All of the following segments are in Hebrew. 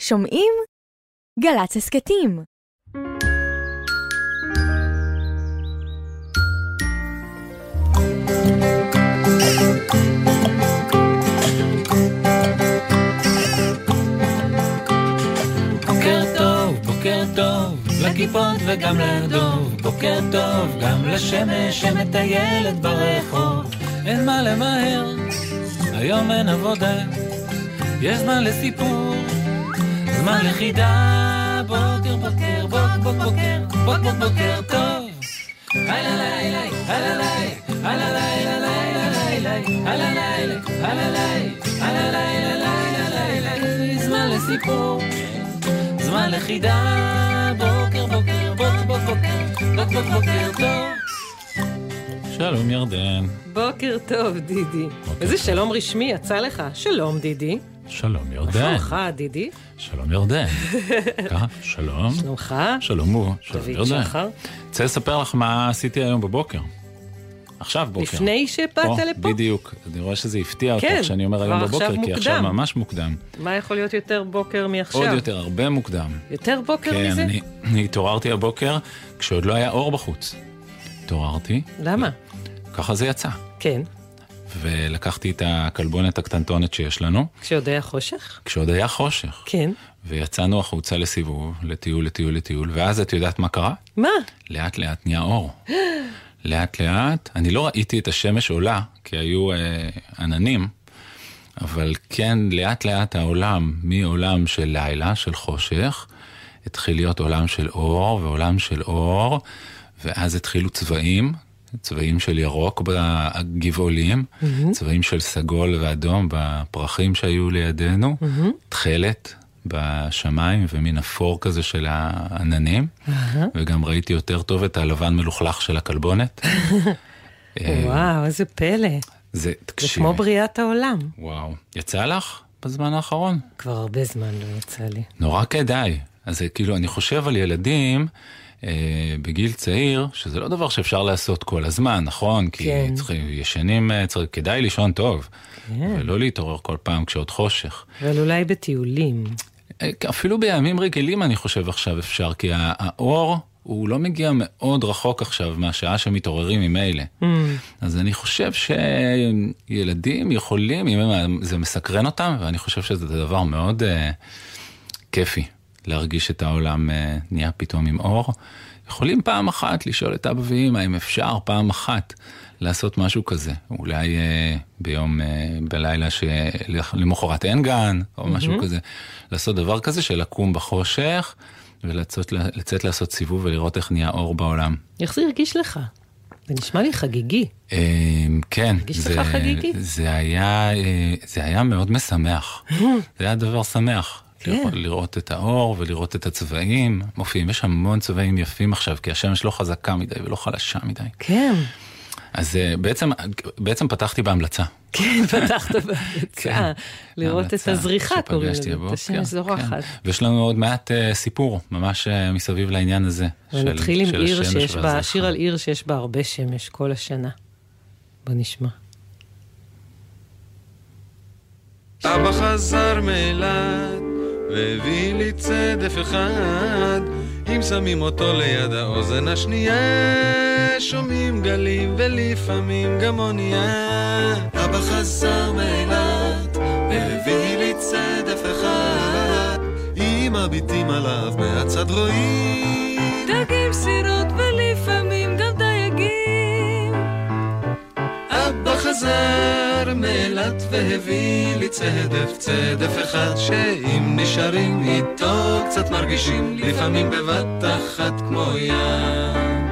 שומעים? גל"צ הסכתים. בוקר טוב, לכיפות וגם לדוב. בוקר טוב, גם לשמש שמטיילת ברחוב. אין מה למהר, היום אין עבודה, יש זמן לסיפור, זמן לחידה. בוקר בוקר, בוקר טוב. הללי, הללי, הללי, הללי, הללי, זמן לסיפור, זמן לחידה. בוקר טוב. שלום ירדן. בוקר טוב דידי. איזה שלום רשמי יצא לך. שלום דידי. שלום ירדן. מה שלומך דידי? שלום ירדן. שלום. שלומך? שלום הוא. שלום ירדן. שחר. רוצה לספר לך מה עשיתי היום בבוקר. עכשיו בוקר. לפני שבאת לפה? בדיוק. אני רואה שזה הפתיע אותך כן, שאני אומר היום בבוקר, כי עכשיו ממש מוקדם. מה יכול להיות יותר בוקר מעכשיו? עוד יותר, הרבה מוקדם. יותר בוקר מזה? כן, אני התעוררתי הבוקר כשעוד לא היה אור בחוץ. התעוררתי. למה? ככה זה יצא. כן. ולקחתי את הכלבונת הקטנטונת שיש לנו. כשעוד היה חושך? כשעוד היה חושך. כן. ויצאנו החוצה לסיבוב, לטיול, ואז את יודעת מה קרה? מה? לאט לאט נהיה אור. לאט לאט, אני לא ראיתי את השמש עולה, כי היו עננים, אבל כן, לאט לאט העולם, מעולם של לילה, של חושך, התחיל להיות עולם של אור, ועולם של אור, ואז התחילו צבעים של ירוק בגבעולים, צבעים של סגול ואדום בפרחים שהיו לידינו, תחלת בשמיים ומין אפור כזה של העננים, וגם ראיתי יותר טוב את הלבן מלוכלך של הכלבונת. וואו, איזה פלא. זה כמו בריאת העולם. וואו, יצא לך בזמן האחרון? כבר הרבה זמן לא יצא לי. נורא כדאי. אז כאילו, אני חושב על ילדים בגיל צעיר, שזה לא דבר שאפשר לעשות כל הזמן, נכון? כי ישנים, כדאי לישון טוב, ולא להתעורר כל פעם כשעוד חושך. אבל אולי בטיולים. אפילו בימים רגילים אני חושב עכשיו אפשר, כי האור הוא לא מגיע מאוד רחוק עכשיו מהשעה שמתעוררים ממילא. אז אני חושב שילדים יכולים, אם זה מסקרן אותם, ואני חושב שזה דבר מאוד כיפי. להרגיש את העולם נהיה פתאום עם אור. יכולים פעם אחת לשאול את אבא ואמא אם אפשר פעם אחת לעשות משהו כזה. אולי בלילה שלמחרת אין גן, או משהו כזה. לעשות דבר כזה של לקום בחושך, ולצאת לעשות סיבוב ולראות איך נהיה אור בעולם. איך זה הרגיש לך? זה נשמע לי חגיגי. כן. הרגיש לך חגיגי? זה היה מאוד משמח. זה היה דבר שמח. לראות את האור ולראות את הצבעים מופיעים, יש המון צבעים יפים עכשיו, כי השמש לא חזקה מדי ולא חלשה מדי. כן. אז בעצם פתחתי בהמלצה. כן, פתחת בהמלצה. לראות את הזריחה, קוראים לזה, את השמש זורחת. ויש לנו עוד מעט סיפור, ממש מסביב לעניין הזה. ונתחיל עם עיר שיש בה, שיר על עיר שיש בה הרבה שמש כל השנה. בוא נשמע. אבא חזר מאילת והביא לי צדף אחד, אם שמים אותו ליד האוזן השנייה שומעים גלים ולפעמים גם אונייה. אבא חזר מאילת והביא לי צדף אחד, אם מביטים עליו מהצד רואים דגים, סירות ולפעמים גם דייגים. אבא חזר מאילת והביא לי צדף אחד, שאם נשארים איתו קצת מרגישים לפעמים בבת אחת כמו ים.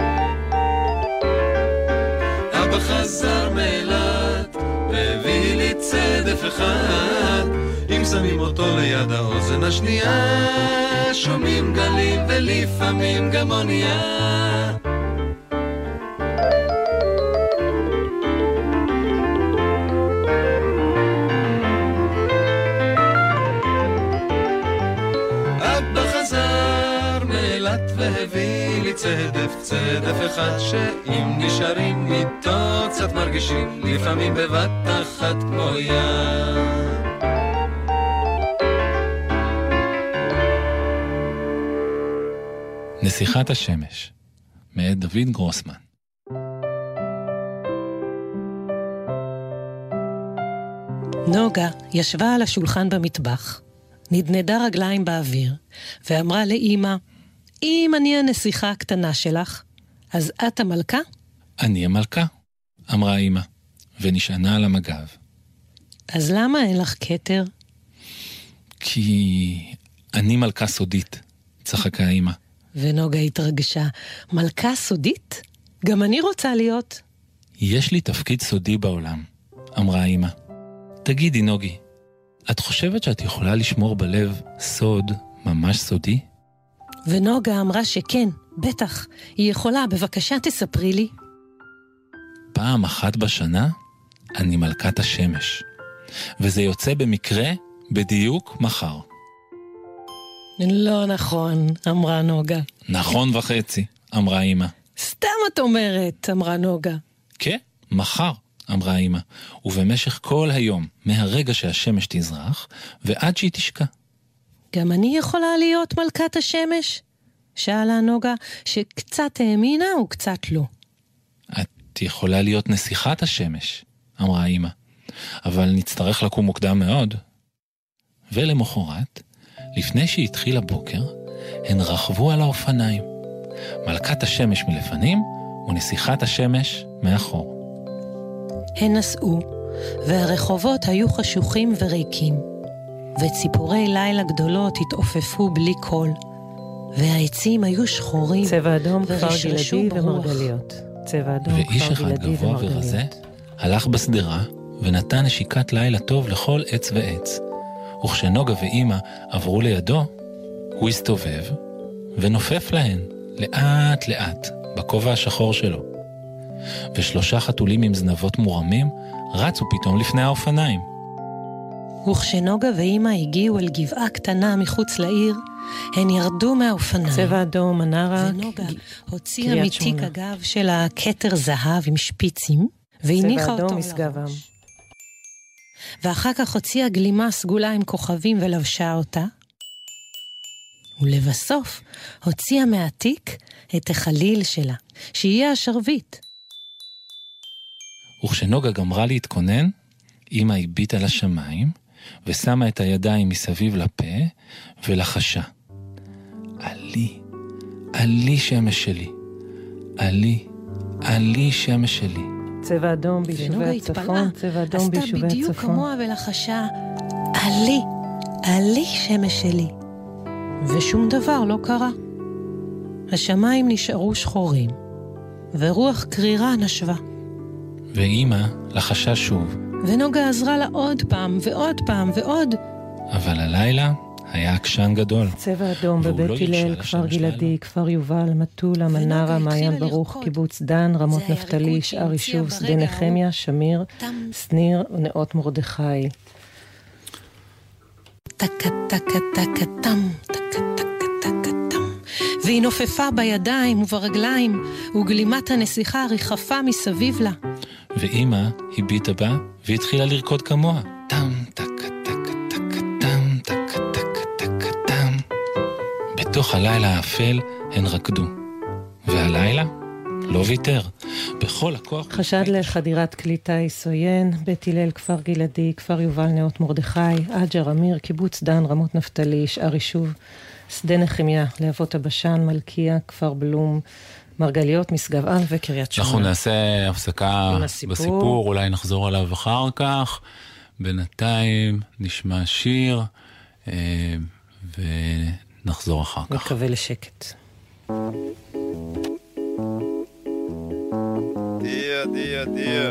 אבא חזר מאילת והביא לי צדף אחד, אם שמים אותו ליד האוזן השנייה שומעים גלים ולפעמים גם אונייה. והביא לי צדף אחד, שאם נשארים איתו קצת מרגישים לפעמים בבת אחת כמו ים. נסיכת השמש, מאת דוד גרוסמן. נוגה ישבה על השולחן במטבח, נדנדה רגליים באוויר, ואמרה לאמא, אם אני הנסיכה הקטנה שלך, אז את המלכה? אני המלכה, אמרה אמא, ונשענה על המגב. אז למה אין לך כתר? כי אני מלכה סודית, צחקה אמא. ונוגה התרגשה, מלכה סודית? גם אני רוצה להיות. יש לי תפקיד סודי בעולם, אמרה אמא. תגידי נוגי, את חושבת שאת יכולה לשמור בלב סוד ממש סודי? ונוגה אמרה שכן, בטח, היא יכולה, בבקשה תספרי לי. פעם אחת בשנה אני מלכת השמש, וזה יוצא במקרה בדיוק מחר. לא נכון, אמרה נוגה. נכון וחצי, אמרה אמא. סתם את אומרת, אמרה נוגה. כן, מחר, אמרה אמא, ובמשך כל היום, מהרגע שהשמש תזרח, ועד שהיא תשקע. גם אני יכולה להיות מלכת השמש? שאלה נוגה, שקצת האמינה וקצת לא. את יכולה להיות נסיכת השמש, אמרה אמא, אבל נצטרך לקום מוקדם מאוד. ולמחרת, לפני שהתחיל הבוקר, הן רכבו על האופניים. מלכת השמש מלפנים ונסיכת השמש מאחור. הן נסעו, והרחובות היו חשוכים וריקים, וציפורי לילה גדולות התעופפו בלי קול, והעצים היו שחורים. צבע אדום, כפר גלעדי ומרגליות. צבע אדום, ואיש אחד גבוה ורזה הלך בסדרה ונתן נשיקת לילה טוב לכל עץ ועץ. וכשנוגה ואמא עברו לידו, הוא הסתובב ונופף להן לאט לאט בכובע השחור שלו. ושלושה חתולים עם זנבות מורמים רצו פתאום לפני האופניים. וכשנוגה ואמא הגיעו אל גבעה קטנה מחוץ לעיר, הן ירדו מהאופניים. צבע אדום, מנרה, ונוגה הוציאה מתיק הגב של הכתר זהב עם שפיצים, והניחה אותו לראש. ואחר כך הוציאה גלימה סגולה עם כוכבים ולבשה אותה. ולבסוף הוציאה מהתיק את החליל שלה, שיהיה השרבית. וכשנוגה גמרה להתכונן, אמא הביטה לשמיים, ושמה את הידיים מסביב לפה, ולחשה. עלי, עלי שמש שלי. עלי, עלי שמש שלי. צבע אדום ביישובי הצפון, צבע אדום ביישובי הצפון. עשתה בדיוק כמוה ולחשה, עלי, עלי שמש שלי. ושום דבר לא קרה. השמיים נשארו שחורים, ורוח קרירה נשבה. ואמא לחשה שוב. ונוגה עזרה לה עוד פעם ועוד פעם ועוד. אבל הלילה היה עקשן גדול. צבע אדום בבית הלל, כפר גלעדי, כפר יובל, מטולה, מנרה, מעיין ברוך, קיבוץ דן, רמות נפתלי, שאר יישוב, שדה נחמיה, שמיר, סניר ונאות מרדכי. טקה טקה טקה טם, טקה טקה טקה טם. והיא נופפה בידיים וברגליים, וגלימת הנסיכה ריחפה מסביב לה. ואמא הביטה בה והתחילה לרקוד כמוה. טם טקה טקה טקה טם טקה טקה טקה טם. בתוך הלילה האפל הן רקדו, והלילה לא ויתר. בכל הכוח חשד לחדירת כלי טיס עוין, בית הלל, כפר גלעדי, כפר יובל, נאות מרדכי, עג'ר, אמיר, קיבוץ דן, רמות נפתלי, שאר יישוב, שדה נחמיה, להבות הבשן, מלכיה, כפר בלום, מרגליות, משגב על וקריית שמונה. אנחנו נעשה הפסקה בסיפור, אולי נחזור עליו אחר כך. בינתיים נשמע שיר ונחזור אחר כך. נקווה לשקט. Dear, dear.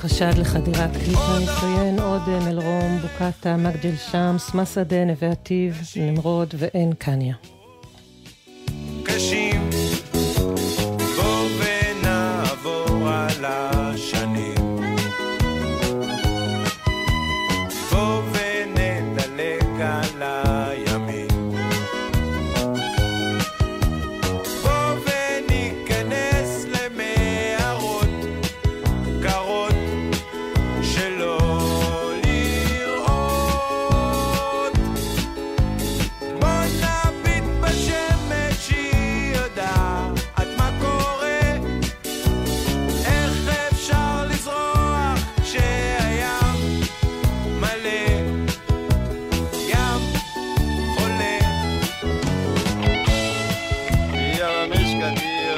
חשד לחדירת קליטה יציין עוד מלרום, בוקטה, מגדל שמס, מסעדה, נווה עתיב, נמרוד ועין קניה. קשים בוא ונעבור על השנים, בוא ונדלג על הימים, בוא וניכנס למערות קרות שלא לראות, בוא נביט בשמש היא יודעת מה קורה, איך אפשר לזרוח כשהים מלא, ים חולה. יא משקדיר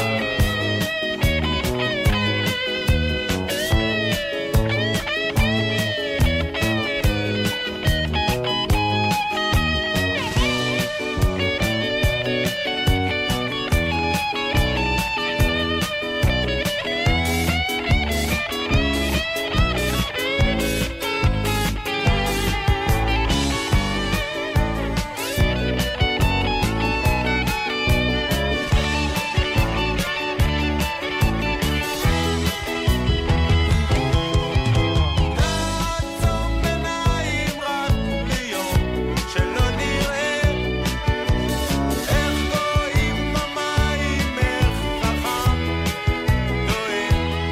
נעצום עיניים רק ליום שלא נראה איך גויים המים, איך חכם טועה,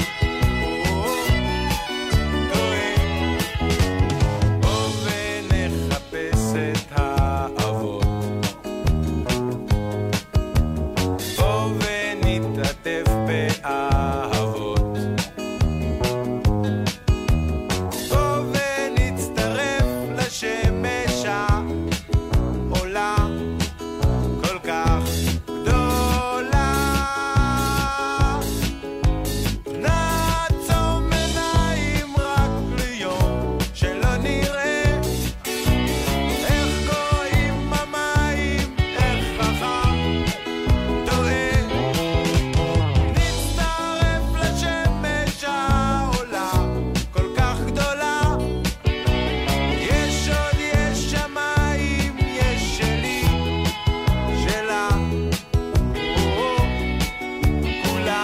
טועה. בוא ונחפש את האבות, בוא ונתעטף באהבות, בוא ונצטרף לשמש העולה כל כך גדולה, נעצום עיניים רק ליום שלא נראה איך גויים המים, איך חכם טועה, נצטרף לשמש העולה כל כך גדולה, יש עוד יש שמיים, יש שלי שלה כולה.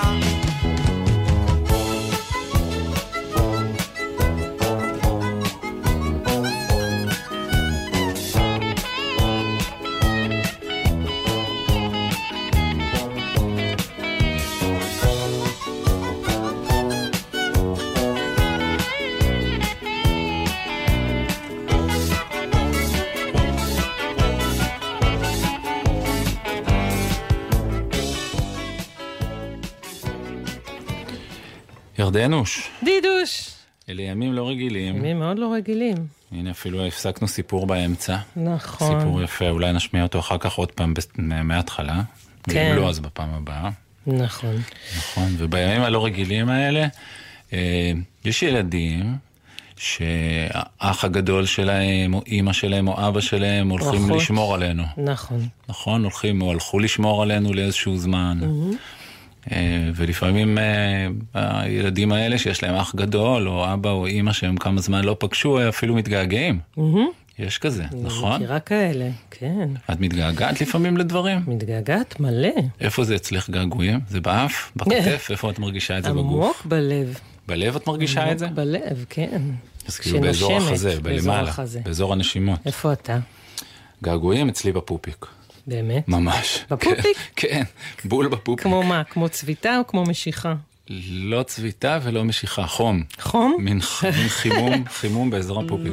ירדנוש, דידוש! אלה ימים לא רגילים. ימים מאוד לא רגילים. הנה אפילו הפסקנו סיפור באמצע. נכון. סיפור יפה, אולי נשמיע אותו אחר כך עוד פעם מההתחלה. כן. ואם לא, אז בפעם הבאה. נכון. נכון, ובימים הלא רגילים האלה, יש ילדים שהאח הגדול שלהם, או אמא שלהם, או אבא שלהם, הולכים אחות. לשמור עלינו. נכון. נכון, הולכים או הלכו לשמור עלינו לאיזשהו זמן. ולפעמים הילדים האלה שיש להם אח גדול, או אבא או אמא שהם כמה זמן לא פגשו, אפילו מתגעגעים. יש כזה, נכון? מכירה כאלה, כן. את מתגעגעת לפעמים לדברים? מתגעגעת מלא. איפה זה אצלך געגועים? זה באף? בכתף? איפה את מרגישה את זה בגוף? עמוק בלב. בלב את מרגישה את זה? עמוק בלב, כן. אז כאילו באזור החזה, בלמעלה, באזור הנשימות. איפה אתה? געגועים אצלי בפופיק. באמת? ממש. בפופיק? כן, בול בפופיק. כמו מה? כמו צביטה או כמו משיכה? לא צביטה ולא משיכה, חום. חום? מין חימום באזור הפופיק.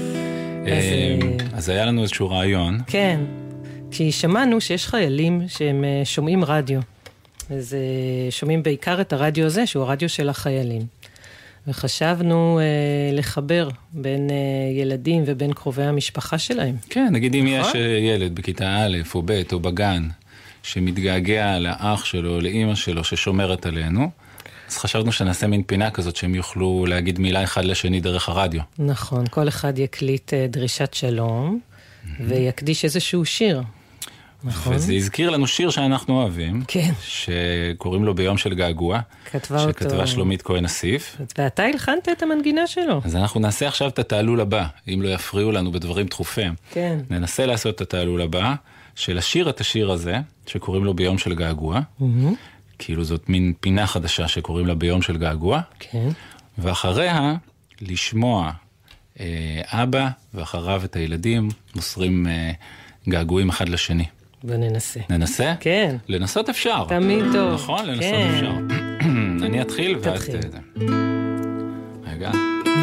אז היה לנו איזשהו רעיון. כן, כי שמענו שיש חיילים שהם שומעים רדיו. אז שומעים בעיקר את הרדיו הזה, שהוא הרדיו של החיילים. וחשבנו לחבר בין ילדים ובין קרובי המשפחה שלהם. כן, נגיד אם יש ילד בכיתה א' או ב' או בגן, שמתגעגע לאח שלו, לאמא שלו, ששומרת עלינו, אז חשבנו שנעשה מין פינה כזאת שהם יוכלו להגיד מילה אחד לשני דרך הרדיו. נכון, כל אחד יקליט דרישת שלום, ויקדיש איזשהו שיר. נכון. וזה הזכיר לנו שיר שאנחנו אוהבים. כן. שקוראים לו ביום של געגוע. שכתבה שלומית כהן אסיף. ואתה הלחנת את המנגינה שלו. אז אנחנו נעשה עכשיו את התעלול הבא, אם לא יפריעו לנו בדברים דחופים. כן. ננסה לעשות את התעלול הבא, של השיר את השיר הזה, שקוראים לו ביום של געגוע. כאילו זאת מין פינה חדשה שקוראים לה ביום של געגוע. כן. ואחריה לשמוע אבא ואחריו את הילדים מוסרים געגועים אחד לשני. וננסה. ננסה? כן. לנסות אפשר. תמיד טוב. נכון, לנסות כן. אפשר. אני אתחיל ואת... תתחיל. רגע.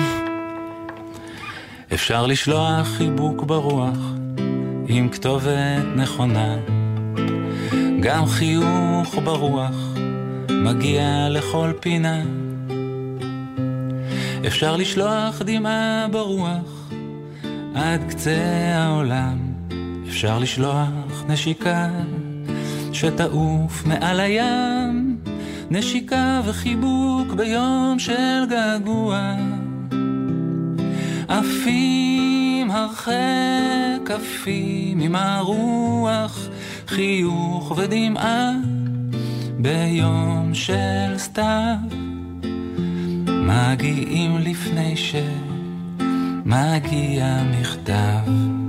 אפשר לשלוח חיבוק ברוח עם כתובת נכונה, גם חיוך ברוח מגיע לכל פינה. אפשר לשלוח דמעה ברוח עד קצה העולם, אפשר לשלוח נשיקה שתעוף מעל הים, נשיקה וחיבוק ביום של געגוע. עפים הרחק, עפים עם הרוח, חיוך ודמעה ביום של סתיו, מגיעים לפני שמגיע מכתב.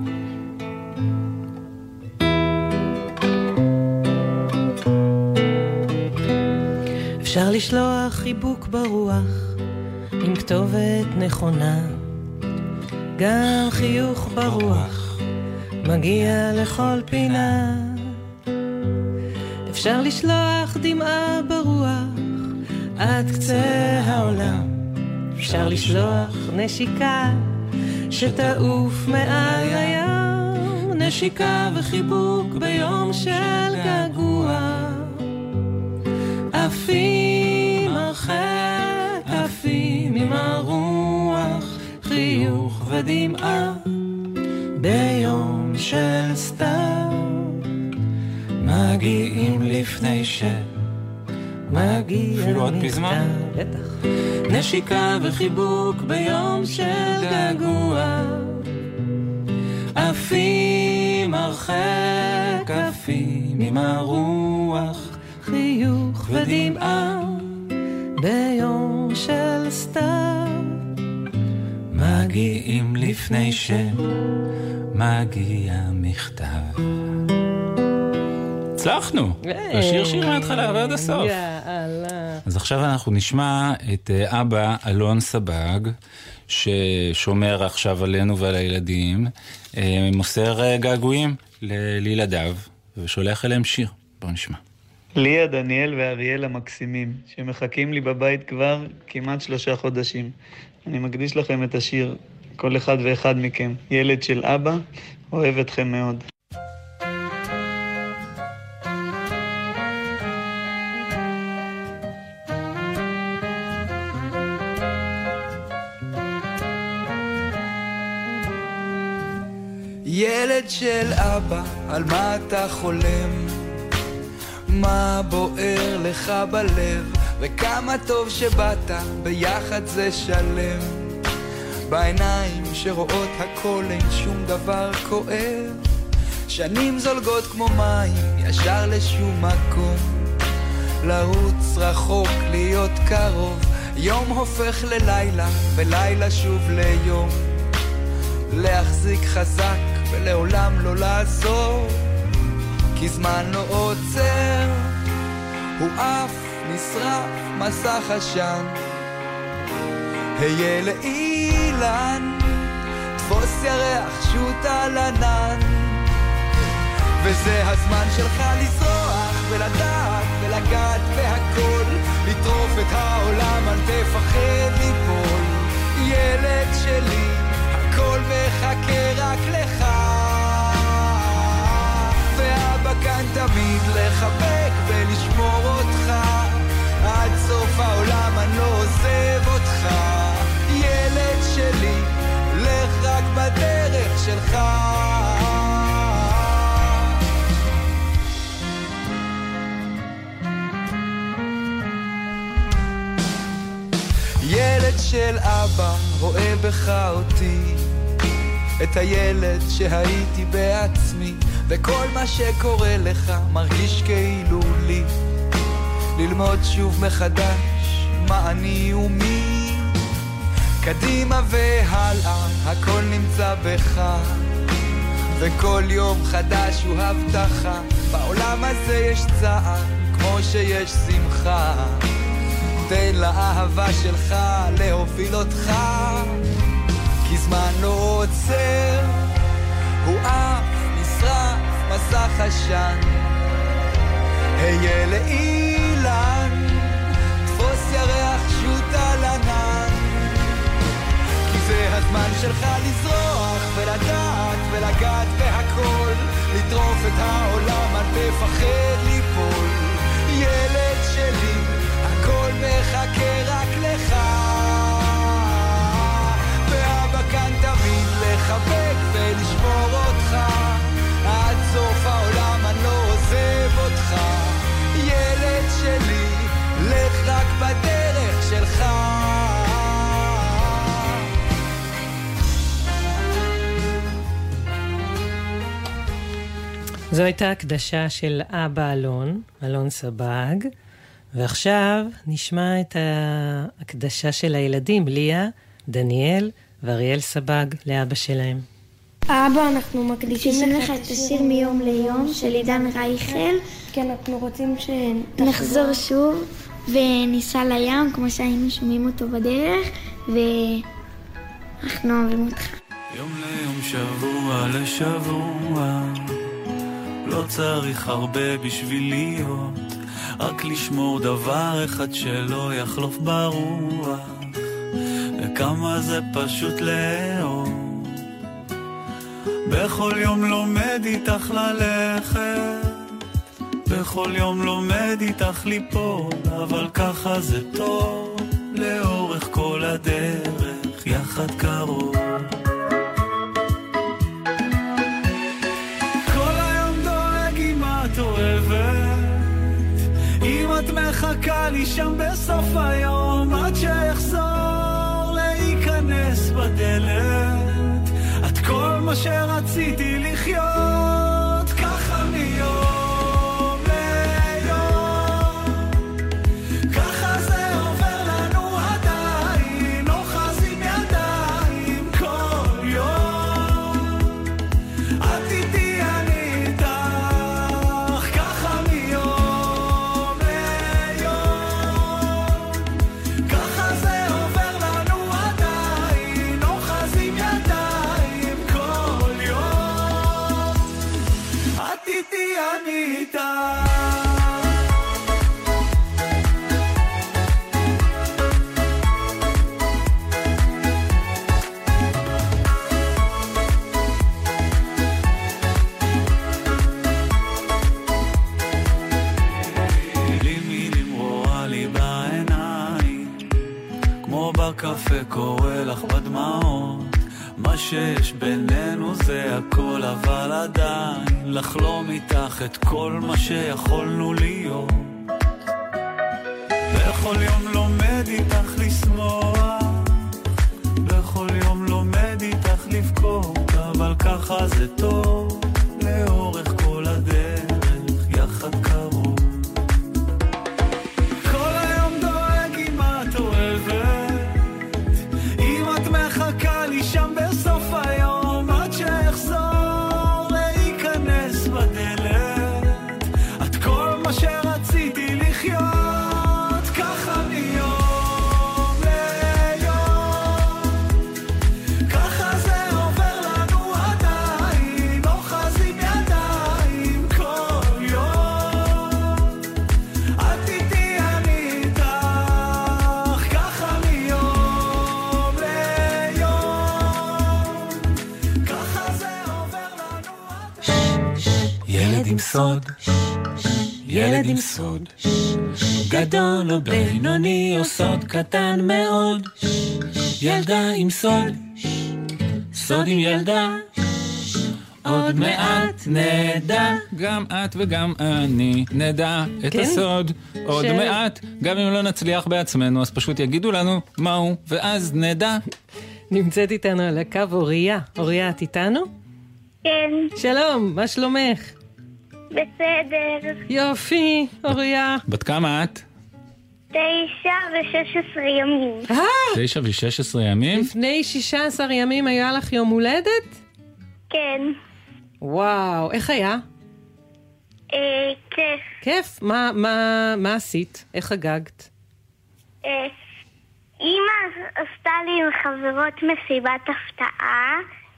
אפשר לשלוח חיבוק ברוח עם כתובת נכונה, גם חיוך ברוח מגיע לכל פינה. אפשר לשלוח דמעה ברוח עד קצה העולם, אפשר לשלוח נשיקה שתעוף מעל הים, נשיקה וחיבוק ביום של געגוע. עפים הרחק, עפים עם הרוח, חיוך ודמעה ביום של סתיו, מגיעים לפני שמגיע אפילו עוד פזמן? בטח. נשיקה וחיבוק ביום של געגוע. עפים הרחק, עפים עם הרוח, חיוך ודמעה ביום של סתיו, מגיעים לפני שמגיע מכתב. הצלחנו, השיר שיר מההתחלה ועד הסוף. יאללה. אז עכשיו אנחנו נשמע את אבא אלון סבג, ששומר עכשיו עלינו ועל הילדים, מוסר געגועים לילדיו ושולח אליהם שיר. בואו נשמע. ליה, דניאל ואריאל המקסימים, שמחכים לי בבית כבר כמעט 3 חודשים. אני מקדיש לכם את השיר, כל אחד ואחד מכם. ילד של אבא, אוהב אתכם מאוד. ילד של אבא, על מה אתה חולם? מה בוער לך בלב? וכמה טוב שבאת, ביחד זה שלם. בעיניים שרואות הכל אין שום דבר כואב. שנים זולגות כמו מים, ישר לשום מקום. לרוץ רחוק, להיות קרוב. יום הופך ללילה, ולילה שוב ליום. להחזיק חזק ולעולם לא לעזור, כי זמן לא עוצר, הוא אף נשרף מסך עשן. היה לאילן, תפוס ירח שוט על ענן, וזה הזמן שלך לזרוח ולדעת ולגעת בהכל, לטרוף את העולם, אל תפחד ליפול. ילד שלי, הכל מחכה רק לך, ואבא כאן תמיד לחבק ולשמור אותך, עד סוף העולם אני לא עוזב אותך. ילד שלי, לך רק בדרך שלך. ילד של אבא רואה בך אותי, את הילד שהייתי בעצמי, וכל מה שקורה לך מרגיש כאילו לי. ללמוד שוב מחדש מה אני ומי, קדימה והלאה הכל נמצא בך, וכל יום חדש הוא הבטחה. בעולם הזה יש צער כמו שיש שמחה, תן לאהבה שלך להוביל אותך, כי זמן לא עוצר, הוא אף נשרף מסך עשן. היה לאילן, תפוס ירח שוט על ענן, כי זה הזמן שלך לזרוח ולדעת ולגעת בהכל, לטרוף את העולם, אל תפחד ליפול. ילד שלי, הכל מחכה רק לך, ואבא כאן תמיד לחבק ולשמור אותך, עד סוף העולם אני לא עוזב אותך. ילד שלי, לך רק בדרך שלך. זו הייתה הקדשה של אבא אלון סבג, ועכשיו נשמע את ההקדשה של הילדים, ליה, דניאל ואריאל סבג, לאבא שלהם. אבא, אנחנו מקדישים לך את השיר מיום ליום של עידן רייכל. כן, אנחנו רוצים שנחזור שוב וניסע לים כמו שהיינו שומעים אותו בדרך, ואנחנו אוהבים אותך. יום ליום, שבוע לשבוע, לא צריך הרבה בשביל להיות, רק לשמור דבר אחד שלא יחלוף ברוח, וכמה זה פשוט לאהוב. בכל יום לומד איתך ללכת, בכל יום לומד איתך ליפול, אבל ככה זה טוב, לאורך כל הדרך, יחד קרוב. כל היום דואג אם את אוהבת, אם את מחכה לי שם בסוף היום, עד שיחזור להיכנס בדלת, את כל מה שרציתי לחיות, ככה מיום ליום, ככה זה עובר לנו עדיין, אוחזים ידיים כל יום, את איתי אני איתך, ככה מיום ליום, ככה זה עובר לנו עדיין, אוחזים ידיים כל יום, את איתי אני איתך. מילים רואה לי בעיניים, כמו בקפה קורא לך בדמעות, מה שיש בינינו זה הכל, אבל עדיין לחלום איתך את כל מה שיכולנו להיות. בכל יום לומד איתך לשמוח, בכל יום לומד איתך לבכות, אבל ככה זה טוב, לאורך כל הדרך, יחד קרוב. כל היום דואג אם את אוהבת, אם את מחכה לי שם בסוף היום, עד שיחזור להיכנס בדלת, את כל מה שרציתי לחיות, ככה מיום ליום, ככה זה עובר לנו עדיין, אוחזים ידיים כל יום, את איתי אני איתך, ככה מיום ליום, ככה זה עובר לנו עדיין. ילד עם סוד, ילד עם סוד, גדול או בינוני או סוד קטן מאוד, ילדה עם סוד, סוד עם ילדה, עוד מעט נדע, גם את וגם אני נדע את הסוד, עוד מעט, גם אם לא נצליח בעצמנו, אז פשוט יגידו לנו מהו, ואז נדע. נמצאת איתנו על הקו אוריה. אוריה, את איתנו? כן. שלום, מה שלומך? בסדר. יופי, אוריה. בת כמה את? 9 ו-16 ימים. 9 ו-16 ימים? לפני 16 ימים היה לך יום הולדת? כן. וואו, איך היה? כיף. כיף? מה עשית? איך חגגת? אמא עשתה לי עם חברות מסיבת הפתעה,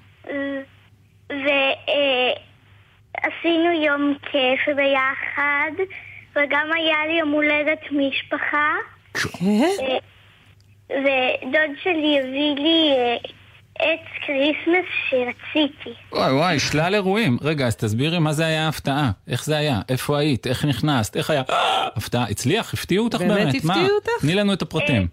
ועשינו יום כיף ביחד, וגם היה לי יום הולדת משפחה. ודוד שלי הביא לי עץ קריסמס שרציתי. וואי, שלל אירועים. רגע, אז תסבירי מה זה היה ההפתעה. איך זה היה? איפה היית? איך נכנסת? איך היה? הפתעה. הצליח? הפתיעו אותך באמת? באמת הפתיעו אותך? תני לנו את הפרטים.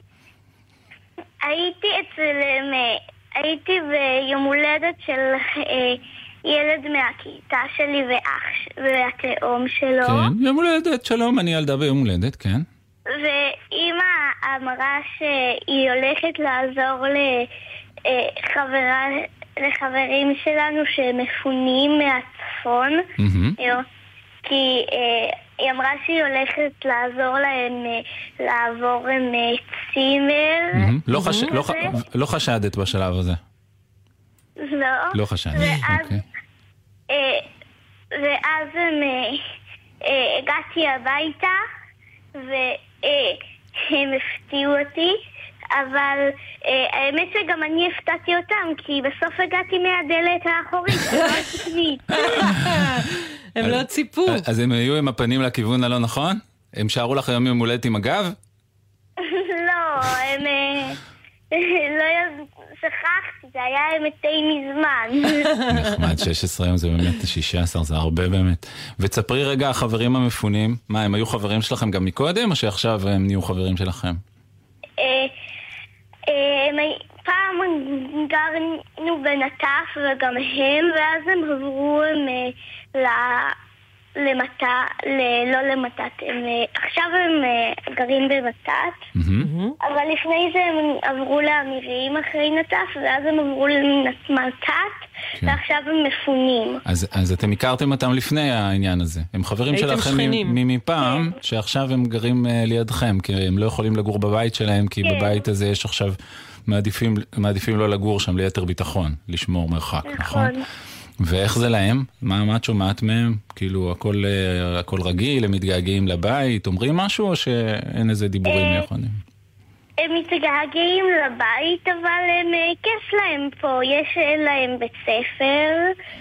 הייתי ביום הולדת של ילד מהכיתה שלי והתאום שלו. כן, יום הולדת, שלום, אני ילדה ביום הולדת, כן. ואמא אמרה שהיא הולכת לעזור לחברים שלנו שמפונים מהצפון, כי היא אמרה שהיא הולכת לעזור להם לעבור צימר. לא חשדת בשלב הזה. לא. לא חשדת, אוקיי. ואז הגעתי הביתה והם הפתיעו אותי, אבל האמת שגם אני הפתעתי אותם, כי בסוף הגעתי מהדלת האחורית. הם לא ציפו. אז הם היו עם הפנים לכיוון הלא נכון? הם שערו לך היום יום הולדת עם הגב? לא, הם לא שכחתי, זה היה די מזמן. נחמד, 16 יום זה באמת 16, זה הרבה באמת. וצפרי רגע, החברים המפונים, מה, הם היו חברים שלכם גם מקודם, או שעכשיו הם נהיו חברים שלכם? פעם גרנו בנטף וגם הם, ואז הם עברו לא למתת, עכשיו הם גרים במתת, אבל לפני זה הם עברו לאמירים אחרי נטף, ואז הם עברו למתת, ועכשיו הם מפונים. אז אתם הכרתם אותם לפני העניין הזה. הם חברים שלכם מפעם, שעכשיו הם גרים לידכם, כי הם לא יכולים לגור בבית שלהם, כי בבית הזה יש עכשיו מעדיפים לא לגור שם ליתר ביטחון, לשמור מרחק, נכון? ואיך זה להם? מה את שומעת מהם? כאילו הכל רגיל, הם מתגעגעים לבית, אומרים משהו או שאין איזה דיבורים נכונים? הם מתגעגעים לבית, אבל כיף להם פה, יש להם בית ספר,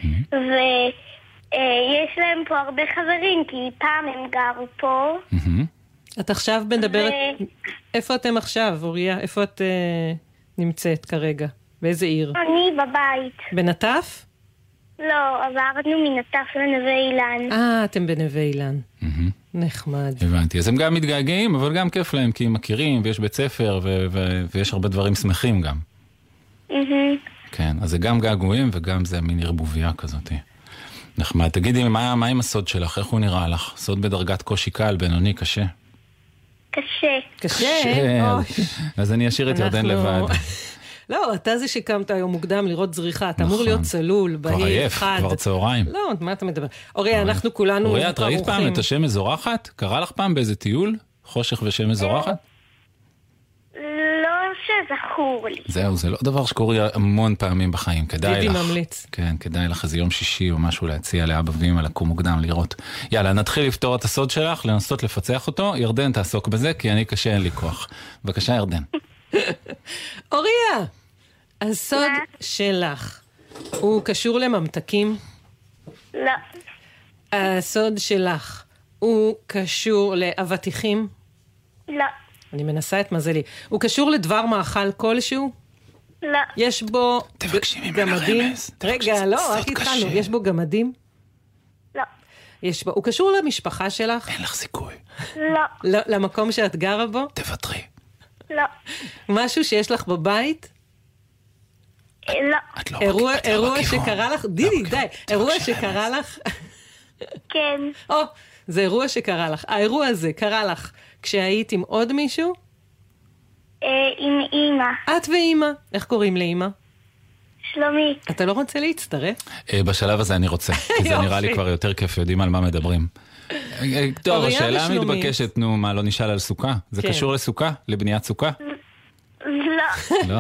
ויש להם פה הרבה חברים, כי פעם הם גרו פה. את עכשיו מדברת... איפה אתם עכשיו, אוריה? איפה את נמצאת כרגע? באיזה עיר? אני בבית. בנטף? לא, עברנו מנטף לנווה אילן. אתם בנווה אילן. נחמד. הבנתי, אז הם גם מתגעגעים, אבל גם כיף להם, כי הם מכירים, ויש בית ספר, ויש הרבה דברים שמחים גם. כן, אז זה גם געגועים, וגם זה מין ערבוביה כזאת. נחמד. תגידי, מה עם הסוד שלך? איך הוא נראה לך? סוד בדרגת קושי קל, בינוני, קשה? קשה. אז אני אשאיר את ירדן לבד. לא, אתה זה שקמת היום מוקדם לראות זריחה, אתה אמור להיות צלול, בהיר, חד. כבר צהריים. לא, מה אתה מדבר? אוריה, אנחנו כולנו... אוריה, את ראית פעם את השמש זורחת? קרה לך פעם באיזה טיול? חושך ושמש זורחת? לא שזכור לי. זהו, זה לא דבר שקורה המון פעמים בחיים, כדאי לך. דידי ממליץ. כן, כדאי לך איזה יום שישי או משהו להציע לאבא ואמא לקום מוקדם לראות. יאללה, נתחיל לפתור את הסוד שלך, לנסות לפצח אותו. ירדן תעסוק בזה, כי אני קשה, אין לי כוח. בבקשה, ירדן. אוריה, הסוד שלך הוא קשור לממתקים? לא. הסוד שלך הוא קשור לאבטיחים? לא. אני מנסה את מזלי. הוא קשור לדבר מאכל כלשהו? לא. יש בו גמדים? רגע, לא, רק התחלנו. יש בו גמדים? לא. יש בו. הוא קשור למשפחה שלך? אין לך סיכוי. לא. למקום שאת גרה בו? תוותרי. לא. משהו שיש לך בבית? לא. אירוע שקרה לך? דידי, די. אירוע שקרה לך? כן. זה אירוע שקרה לך. האירוע הזה קרה לך כשהיית עם עוד מישהו? עם אמא. את ואמא. איך קוראים לאמא? שלומי. אתה לא רוצה להצטרף? בשלב הזה אני רוצה, כי זה נראה לי כבר יותר כיף, יודעים על מה מדברים. טוב, השאלה המתבקשת, נו, מה, לא נשאל על סוכה? זה קשור לסוכה? לבניית סוכה? לא.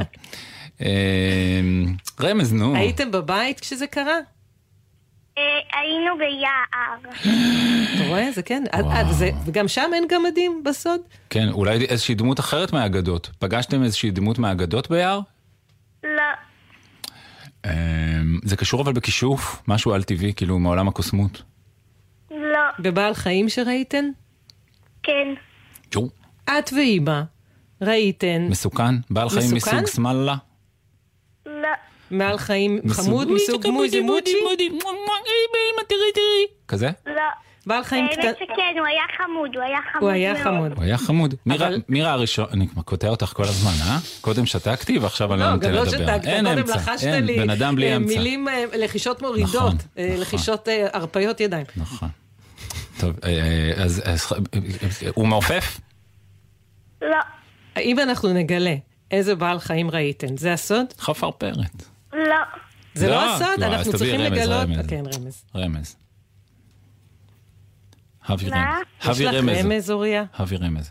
רמז, נו. הייתם בבית כשזה קרה? היינו ביער. אתה רואה? זה כן. וגם שם אין גמדים בסוד? כן, אולי איזושהי דמות אחרת מהאגדות. פגשתם איזושהי דמות מהאגדות ביער? לא. זה קשור אבל בכישוף? משהו על טבעי, כאילו מעולם הקוסמות? לא. בבעל חיים שראיתן? כן. יו. את ואימא ראיתן. מסוכן? בעל חיים מסוג סמאללה? לא. בעל חיים חמוד מסוג מוזי מוצ'י? כזה? לא. בעל חיים קטן... האמת שכן, הוא היה חמוד, הוא היה חמוד. מירה הראשון, אני קוטע אותך כל הזמן, אה? קודם שתקתי ועכשיו אני לא נותן לדבר. לא, גם לא שתקת, קודם לחשת לי בן אדם בלי אמצע. מילים, לחישות מורידות, לחישות הרפיות ידיים. נכון. טוב, אז הוא מעופף? לא. אם אנחנו נגלה איזה בעל חיים ראיתן, זה הסוד? חפרפרת. לא. זה לא הסוד, אנחנו צריכים לגלות... כן, רמז. יש לך רמז, אוריה? הביא רמז.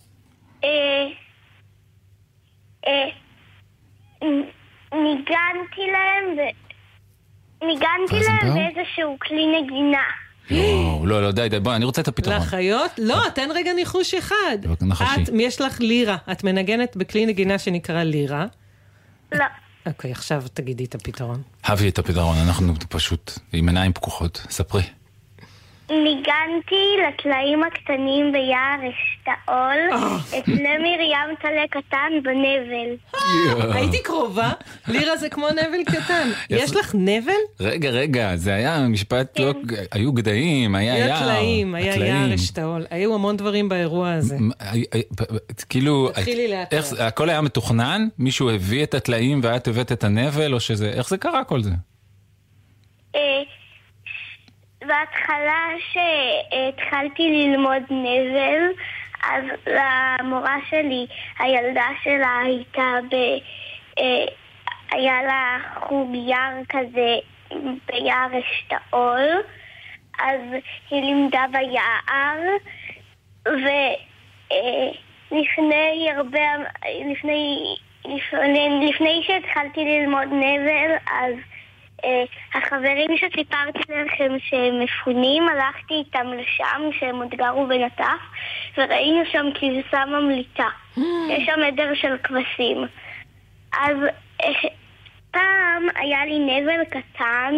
ניגנתי להם באיזשהו כלי נגינה. לא, די, בוא, אני רוצה את הפתרון. לחיות? לא, תן רגע ניחוש אחד. יש לך לירה, את מנגנת בכלי נגינה שנקרא לירה. לא. אוקיי, עכשיו תגידי את הפתרון. הביא את הפתרון, אנחנו פשוט עם עיניים פקוחות. ספרי. ניגנתי לטלאים הקטנים ביער אשתאול, את מרים טלה קטן בנבל. הייתי קרובה, לירה זה כמו נבל קטן. יש לך נבל? רגע, זה היה משפט, היו גדיים, היה יער. טלאים, היה יער אשתאול. היו המון דברים באירוע הזה. כאילו, הכל היה מתוכנן? מישהו הביא את הטלאים ואת הבאת את הנבל, או שזה, איך זה קרה כל זה? בהתחלה שהתחלתי ללמוד נבל, אז למורה שלי, הילדה שלה היה לה חוג יער כזה ביער אשתאול, אז היא לימדה ביער, לפני שהתחלתי ללמוד נבל, אז החברים שסיפרתי לכם שהם מפונים, הלכתי איתם לשם, שהם עוד גרו בנטף, וראינו שם כבשה ממליטה. יש שם עדר של כבשים. אז פעם היה לי נבל קטן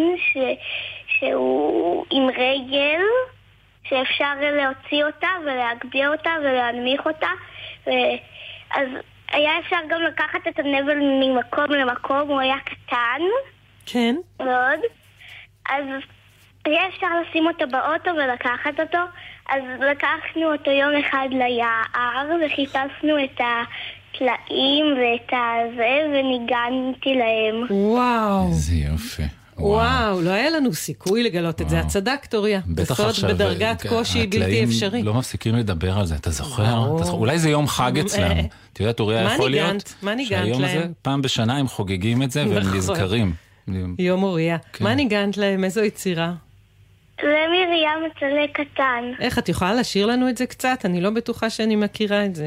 שהוא עם רגל, שאפשר להוציא אותה ולהגביה אותה ולהנמיך אותה, אז היה אפשר גם לקחת את הנבל ממקום למקום, הוא היה קטן. כן. מאוד. אז היה אפשר לשים אותו באוטו ולקחת אותו, אז לקחנו אותו יום אחד ליער וחיפשנו את הטלאים ואת הזה וניגנתי להם. וואו. איזה יופי. וואו, לא היה לנו סיכוי לגלות את זה. את צדקת, אוריה. בסוד בדרגת קושי בלתי אפשרי. לא מפסיקים לדבר על זה, אתה זוכר? אולי זה יום חג אצלם. אתה יודעת, אוריה יכול להיות שהיום הזה, פעם בשנה הם חוגגים את זה והם נזכרים. יום אוריה. מה ניגנת להם? איזו יצירה? למרים טלה קטן. איך, את יכולה לשיר לנו את זה קצת? אני לא בטוחה שאני מכירה את זה.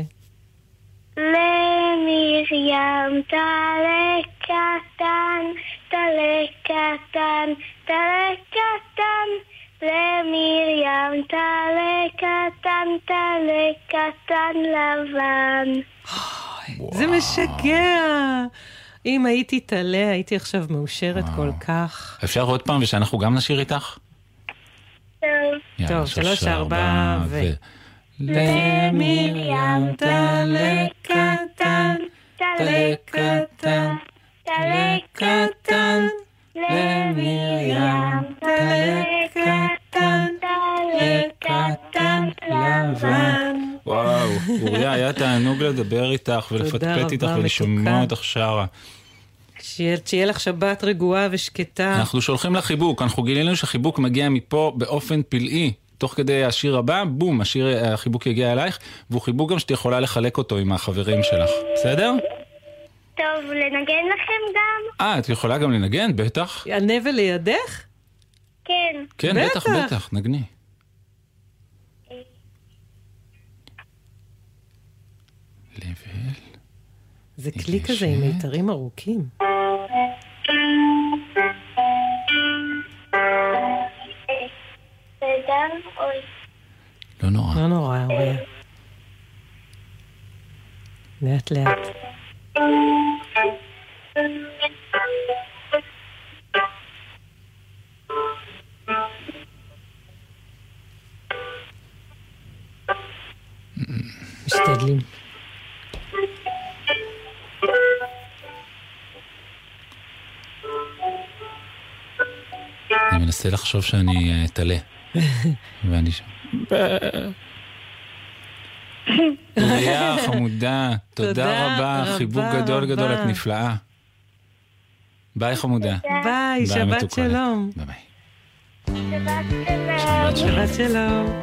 למרים טלה קטן, טלה קטן, טלה קטן, למרים טלה קטן, טלה קטן לבן. זה משגע. אם הייתי תלה, הייתי עכשיו מאושרת כל כך. אפשר עוד פעם ושאנחנו גם נשאיר איתך? טוב, 3, 4 למרים טלה קטן, טלה קטן, טלה קטן, למרים טלה קטן, טלה קטן לבן. וואו, אוריה, היה תענוג לדבר איתך ולפטפט איתך ולשמוע אותך שרה. שיהיה לך שבת רגועה ושקטה. אנחנו שולחים לך חיבוק, אנחנו גילינו שהחיבוק מגיע מפה באופן פלאי. תוך כדי השיר הבא, בום, החיבוק יגיע אלייך, והוא חיבוק גם שאת יכולה לחלק אותו עם החברים שלך. בסדר? טוב, לנגן לכם גם? את יכולה גם לנגן, בטח. הנבל לידך? כן. כן, בטח, בטח, נגני. לבל. זה כלי כזה עם מיתרים ארוכים. לא נורא. לא נורא, אוריה. לאט לאט. משתדלים. אני מנסה לחשוב שאני תלה. ואני שם. אוריה חמודה, תודה רבה, חיבוק גדול גדול, את נפלאה. ביי חמודה. ביי, שבת שלום. ביי ביי. שבת שלום.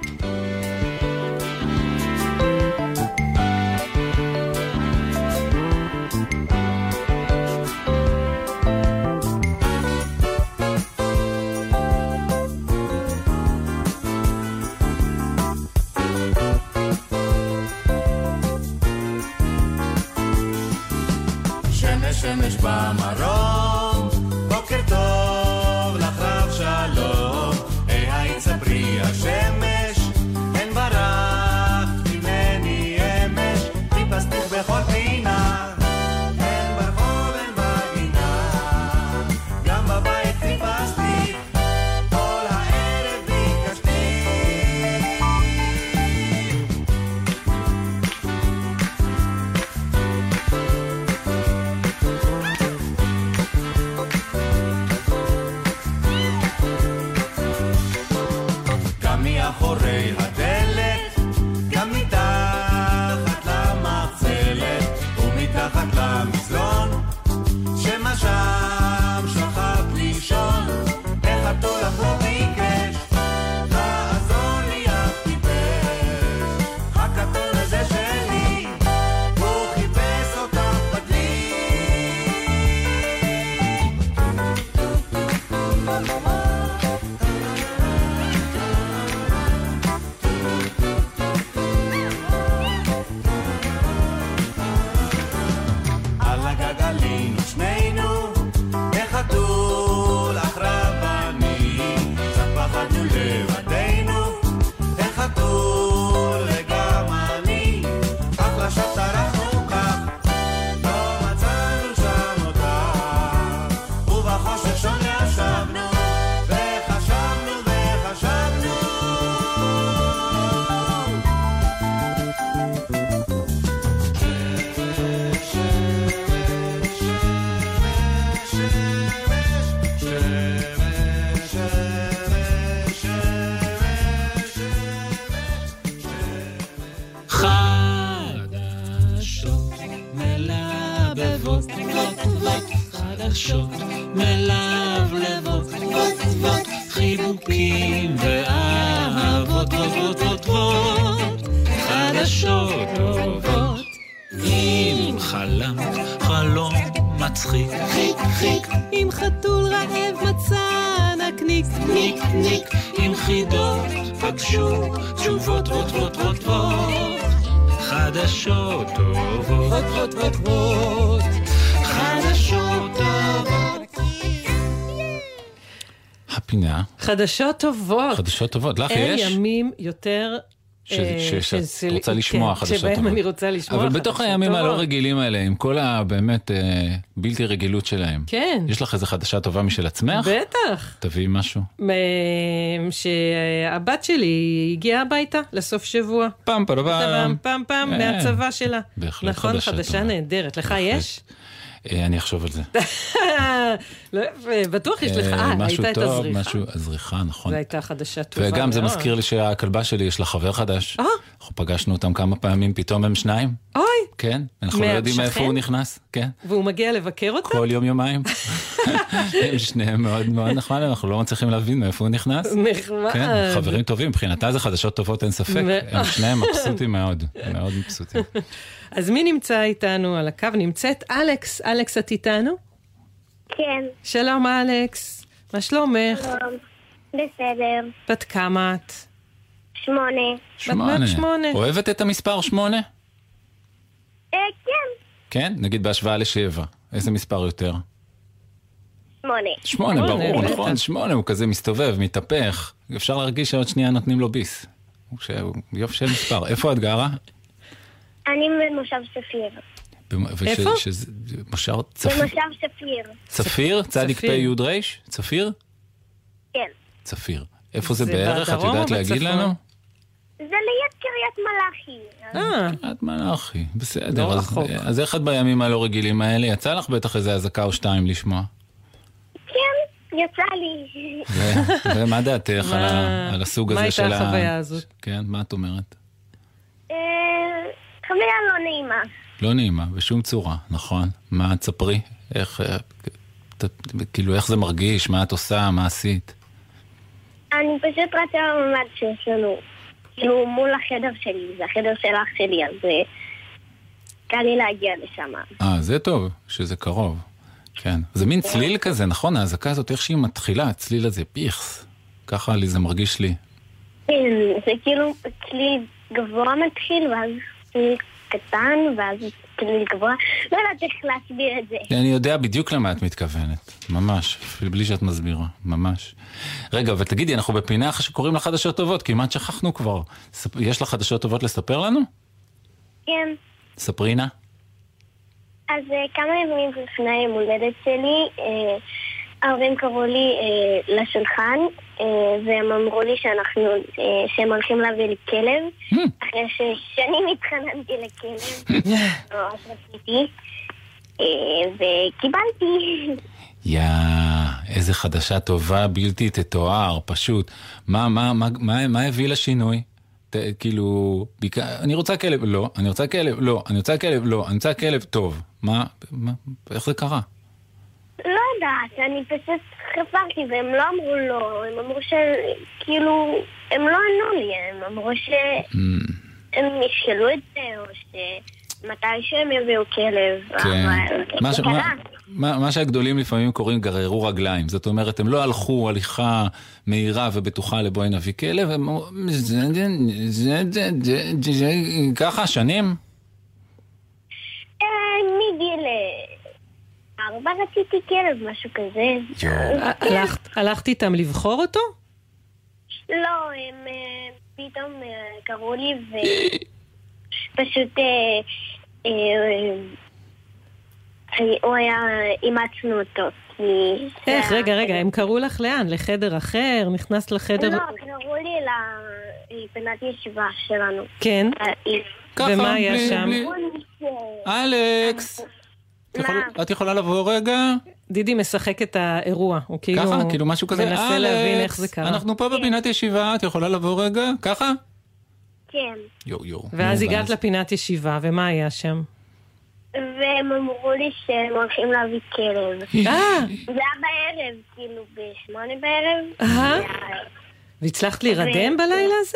שמש במרום, בוקר טוב לך רב שלום, היי צברי השמש, אין ברח ממני אמש, חיפשתך בכל פינה, אין ברחוב אין בגינה, גם בבית חיפשתי, כל הערב ביקשתי. מאחורי הדלת, גם מתחת למחצלת ומתחת למזלון, שמה שם שכב לישון, איך התולך לא ביקש לעזור לי אף טיפש, הקטון הזה שלי הוא חיפש אותך בדלי. עלינו שנינו, החתול אחרבני, קצת פחדנו לבדנו, החתול וגם אני, אך לשם טרחנו כך, לא מצאנו שם אותך, ובחושך שונה ישבנו, וחשבנו וחשבנו. חדשות מלבלבות, חיבוקים ואהבות טובות טובות, חדשות טובות. אם חלמת חלום מצחיק, חיק חיק, אם חתול רעב מצא נקניק, ניק ניק, אם חידות פגשו תשובות טובות טובות, חדשות טובות טובות, חדשות טובות. הפינה. חדשות טובות. חדשות טובות. לך יש? אין ימים יותר שאת רוצה לשמוע חדשות טובות. שבהם אני רוצה לשמוע. אבל בתוך הימים הלא רגילים האלה, עם כל הבאמת בלתי רגילות שלהם. כן. יש לך איזו חדשה טובה משל עצמך? בטח. תביאי משהו. שהבת שלי הגיעה הביתה לסוף שבוע. פעם מהצבא שלה. בהחלט נכון, חדשה נהדרת. לך יש? אני אחשוב על זה. לא יפה, בטוח יש לך. הייתה את הזריחה. משהו, הזריחה, נכון. זו הייתה חדשה טובה. וגם זה מזכיר לי שהכלבה שלי יש לה חבר חדש. אנחנו פגשנו אותם כמה פעמים, פתאום הם שניים. אוי. כן, אנחנו לא יודעים מאיפה הוא נכנס. כן. והוא מגיע לבקר אותם? כל יום יומיים. הם שניהם מאוד מאוד נחמד, אנחנו לא מצליחים להבין מאיפה הוא נכנס. נחמד. כן, חברים טובים, מבחינתה זה חדשות טובות, אין ספק. הם שניהם מבסוטים מאוד, מאוד מבסוטים. אז מי נמצא איתנו על הקו? נמצאת אלכס. אלכס, את איתנו? כן. שלום אלכס, מה שלומך? שלום. בסדר. בת כמה את? 8. בת 8. אוהבת את המספר 8? כן. כן? נגיד בהשוואה ל7. איזה מספר יותר? 8. 8, ברור, נכון. 8 הוא כזה מסתובב, מתהפך. אפשר להרגיש שעוד שנייה נותנים לו ביס. הוא יופי של מספר. איפה את גרה? אני במושב ספיר. איפה? במושב ספיר. צפיר? צדיק פי יוד רייש? צפיר? כן. צפיר. איפה זה בערך? את יודעת להגיד לנו? זה ליד קריית מלאכי. קריית מלאכי, בסדר. אז איך את בימים הלא רגילים האלה? יצא לך בטח איזה הזקה או 2 לשמוע? כן, יצא לי. ומה דעתך על הסוג הזה של מה הייתה החוויה הזאת? כן, מה את אומרת? חוויה לא נעימה. לא נעימה, בשום צורה, נכון. מה תספרי? כאילו איך זה מרגיש? מה את עושה? מה עשית? אני פשוט רצה בממד שיש לנו, כאילו מול החדר שלי, זה החדר של אח שלי, אז קל לי להגיע לשם. זה טוב, שזה קרוב. כן. זה מין צליל כזה, נכון? ההזקה הזאת, איך שהיא מתחילה, הצליל הזה, פיכס. ככה לי זה מרגיש לי. כן, זה כאילו צליל גבוה מתחיל, ואז צליל קטן, ואז צליל גבוה. לא יודעת איך להסביר את זה. אני יודע בדיוק למה את מתכוונת. ממש. אפילו בלי שאת מסבירה. ממש. רגע, ותגידי, אנחנו בפינה אחרי שקוראים לך חדשות טובות, כמעט שכחנו כבר. יש לך חדשות טובות לספר לנו? כן. ספרי נא. אז כמה ימים לפני יום הולדת שלי, ההורים קראו לי לשולחן, והם אמרו לי שהם הולכים להביא לי כלב, אחרי ששנים התחננתי לכלב, ממש רציתי, וקיבלתי. איזה חדשה טובה, בלתי תתואר, פשוט. מה הביא לשינוי? כאילו, אני רוצה כלב, לא, אני רוצה כלב, לא, אני רוצה כלב, לא, אני רוצה כלב, טוב. איך זה קרה? לא יודעת, אני פשוט חפרתי והם לא אמרו לא, הם אמרו שכאילו, הם לא ענו לי, הם אמרו שהם ישקלו את זה, או שמתי שהם יביאו כלב. מה שהגדולים לפעמים קוראים גררו רגליים, זאת אומרת, הם לא הלכו הליכה מהירה ובטוחה לבואי נביא כלב, הם אמרו, ככה, שנים? מגיל 4 רציתי כלב, משהו כזה. הלכת איתם לבחור אותו? לא, הם פתאום קראו לי ופשוט הוא היה, אימצנו אותו. איך, רגע, הם קראו לך לאן? לחדר אחר? נכנסת לחדר? לא, קראו לי לפינת ישיבה שלנו. כן? ומה היה שם? אלכס, את יכולה לבוא רגע? דידי משחק את האירוע, הוא כאילו משהו כזה, מנסה להבין איך זה קרה. אנחנו פה בפינת ישיבה, את יכולה לבוא רגע? ככה? כן. ואז הגעת לפינת ישיבה, ומה היה שם? והם אמרו לי שהם הולכים להביא כלב. זה היה בערב, כאילו ב8 בערב. והצלחת להירדם בלילה הזה?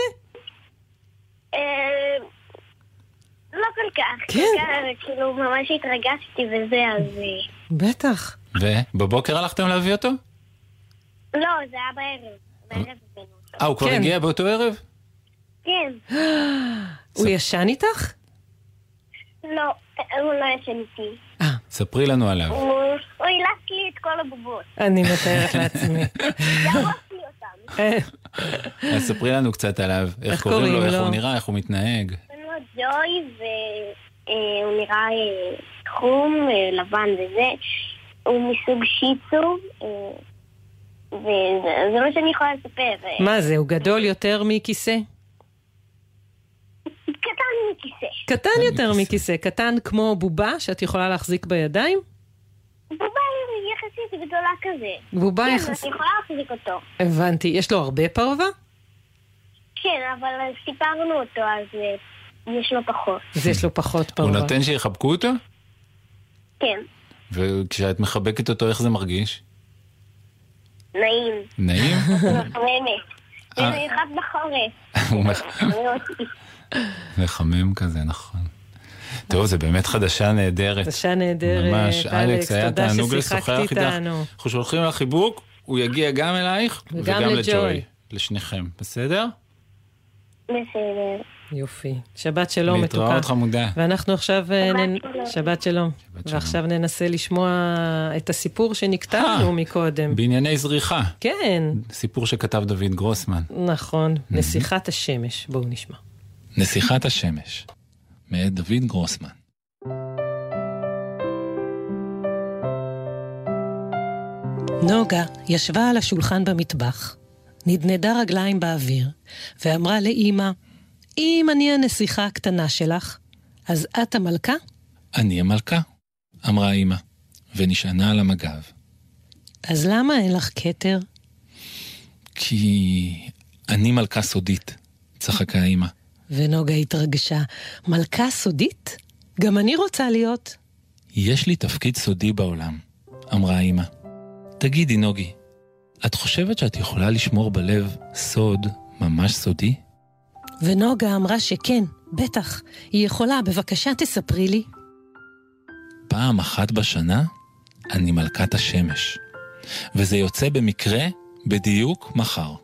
לא כל כך. כן. כאילו ממש התרגשתי וזה, אז... בטח. ובבוקר הלכתם להביא אותו? לא, זה היה בערב. הוא כבר הגיע באותו ערב? כן. הוא ישן איתך? לא, הוא לא ישן איתי. ספרי לנו עליו. הוא הילס לי את כל הבובות. אני מתארת לעצמי. ירוק לי אותם. אז ספרי לנו קצת עליו. איך קוראים לו, איך הוא נראה, איך הוא מתנהג. הוא ג'וי והוא נראה חום, לבן וזה. הוא מסוג שיצו. וזה מה שאני יכולה לספר. מה זה, הוא גדול יותר מכיסא? קטן מכיסא. קטן יותר מכיסא, קטן כמו בובה שאת יכולה להחזיק בידיים? בובה יחסית גדולה כזה. בובה כן, יחסית. אני יכולה להחזיק אותו. הבנתי, יש לו הרבה פרווה? כן, אבל סיפרנו אותו, אז יש לו פחות. אז יש לו פחות פרווה. הוא נותן שיחבקו אותו? כן. וכשאת מחבקת אותו, איך זה מרגיש? נעים. נעים? מחממת. זה מיוחד בחורף. הוא מחמם כזה, נכון. טוב, זה באמת חדשה נהדרת. חדשה נהדרת. ממש, אלכס, היה תענוג לשוחח איתך. אנחנו שולחים לך חיבוק, הוא יגיע גם אלייך וגם לג'וי. לשניכם, בסדר? בסדר. יופי. שבת שלום מתוקה. להתראות חמודה. ואנחנו עכשיו... שבת שלום. ועכשיו ננסה לשמוע את הסיפור שנכתבנו מקודם. בענייני זריחה. כן. סיפור שכתב דוד גרוסמן. נכון. נסיכת השמש. בואו נשמע. נסיכת השמש. מאת דוד גרוסמן. נוגה ישבה על השולחן במטבח, נדנדה רגליים באוויר, ואמרה לאמא, אם אני הנסיכה הקטנה שלך, אז את המלכה? אני המלכה, אמרה אמא, ונשענה על המגב. אז למה אין לך כתר? כי אני מלכה סודית, צחקה אמא. ונוגה התרגשה, מלכה סודית? גם אני רוצה להיות. יש לי תפקיד סודי בעולם, אמרה אמא. תגידי נוגי, את חושבת שאת יכולה לשמור בלב סוד ממש סודי? ונוגה אמרה שכן, בטח, היא יכולה, בבקשה תספרי לי. פעם אחת בשנה אני מלכת השמש, וזה יוצא במקרה בדיוק מחר.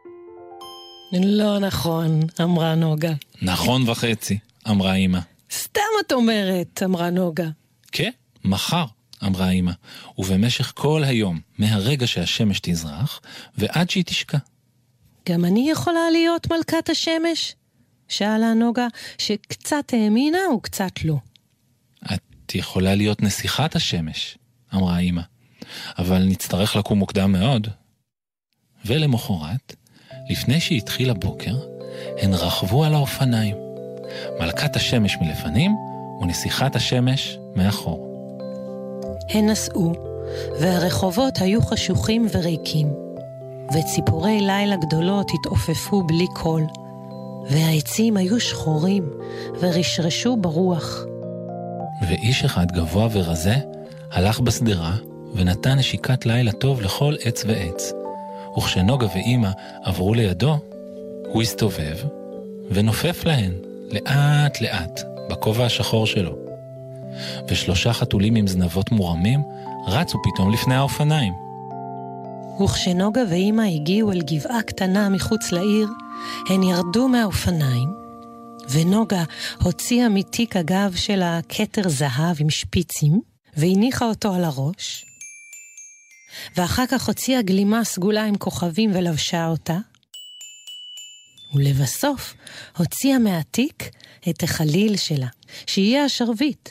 לא נכון, אמרה נוגה. נכון וחצי, אמרה אמא. סתם את אומרת, אמרה נוגה. כן, מחר, אמרה אמא, ובמשך כל היום, מהרגע שהשמש תזרח, ועד שהיא תשקע. גם אני יכולה להיות מלכת השמש? שאלה נוגה, שקצת האמינה וקצת לא. את יכולה להיות נסיכת השמש, אמרה אמא, אבל נצטרך לקום מוקדם מאוד. ולמחרת, לפני שהתחיל הבוקר, הן רכבו על האופניים. מלכת השמש מלפנים ונסיכת השמש מאחור. הן נסעו, והרחובות היו חשוכים וריקים, וציפורי לילה גדולות התעופפו בלי קול, והעצים היו שחורים ורשרשו ברוח. ואיש אחד גבוה ורזה הלך בסדרה ונתן נשיקת לילה טוב לכל עץ ועץ. וכשנוגה ואמא עברו לידו, הוא הסתובב ונופף להן לאט לאט בכובע השחור שלו. ושלושה חתולים עם זנבות מורמים רצו פתאום לפני האופניים. וכשנוגה ואמא הגיעו אל גבעה קטנה מחוץ לעיר, הן ירדו מהאופניים, ונוגה הוציאה מתיק הגב שלה כתר זהב עם שפיצים, והניחה אותו על הראש, ואחר כך הוציאה גלימה סגולה עם כוכבים ולבשה אותה, ולבסוף הוציאה מהתיק את החליל שלה, שיהיה השרביט.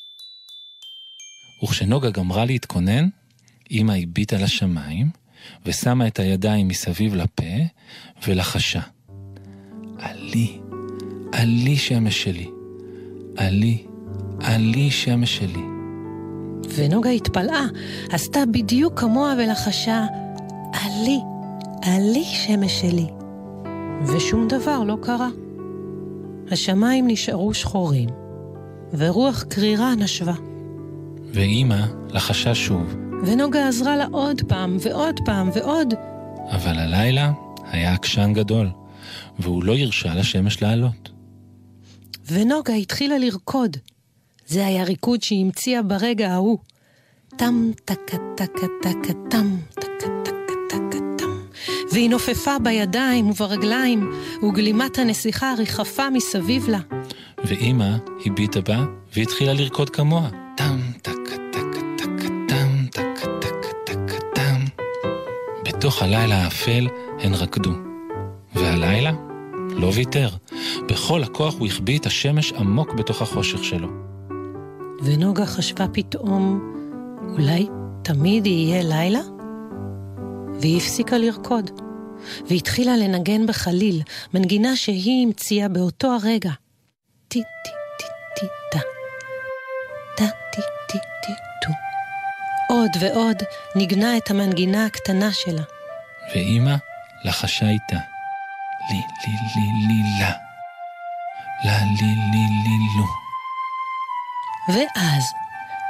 וכשנוגה גמרה להתכונן, אמא הביטה לשמיים, ושמה את הידיים מסביב לפה, ולחשה. עלי, עלי שמש שלי, עלי, עלי שמש שלי. ונוגה התפלאה, עשתה בדיוק כמוה ולחשה, עלי, עלי שמש שלי. ושום דבר לא קרה. השמיים נשארו שחורים, ורוח קרירה נשבה. ואמא לחשה שוב. ונוגה עזרה לה עוד פעם ועוד פעם ועוד. אבל הלילה היה עקשן גדול, והוא לא הרשה לשמש לעלות. ונוגה התחילה לרקוד. זה היה ריקוד שהיא המציאה ברגע ההוא. טם טקה טקה טקה טם טקה טקה טקה טם. והיא נופפה בידיים וברגליים, וגלימת הנסיכה ריחפה מסביב לה. ואמא הביטה בה והתחילה לרקוד כמוה. טם טקה טקה טקה טם טקה טקה טקה טם. בתוך הלילה האפל הן רקדו. והלילה לא ויתר. בכל הכוח הוא החביא את השמש עמוק בתוך החושך שלו. ונוגה חשבה פתאום, אולי תמיד יהיה לילה? והיא הפסיקה לרקוד, והתחילה לנגן בחליל, מנגינה שהיא המציאה באותו הרגע. טי טי טי טי טה, טה טי טי טי טו. עוד ועוד נגנה את המנגינה הקטנה שלה. ואמא לחשה איתה. לי לי לי לי לה, לה לי לי לי לו. ואז,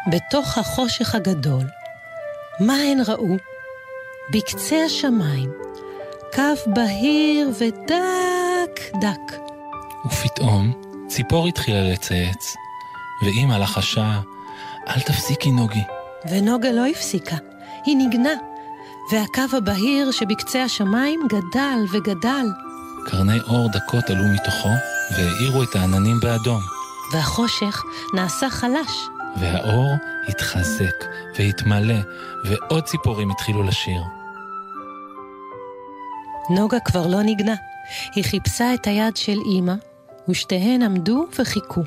בתוך החושך הגדול, מה הן ראו? בקצה השמיים, קו בהיר ודק דק. ופתאום ציפור התחילה לצייץ, ואמא לחשה, אל תפסיקי נוגי. ונוגה לא הפסיקה, היא נגנה, והקו הבהיר שבקצה השמיים גדל וגדל. קרני אור דקות עלו מתוכו, והאירו את העננים באדום. והחושך נעשה חלש. והאור התחזק והתמלא, ועוד ציפורים התחילו לשיר. נוגה כבר לא נגנה. היא חיפשה את היד של אמא, ושתיהן עמדו וחיכו.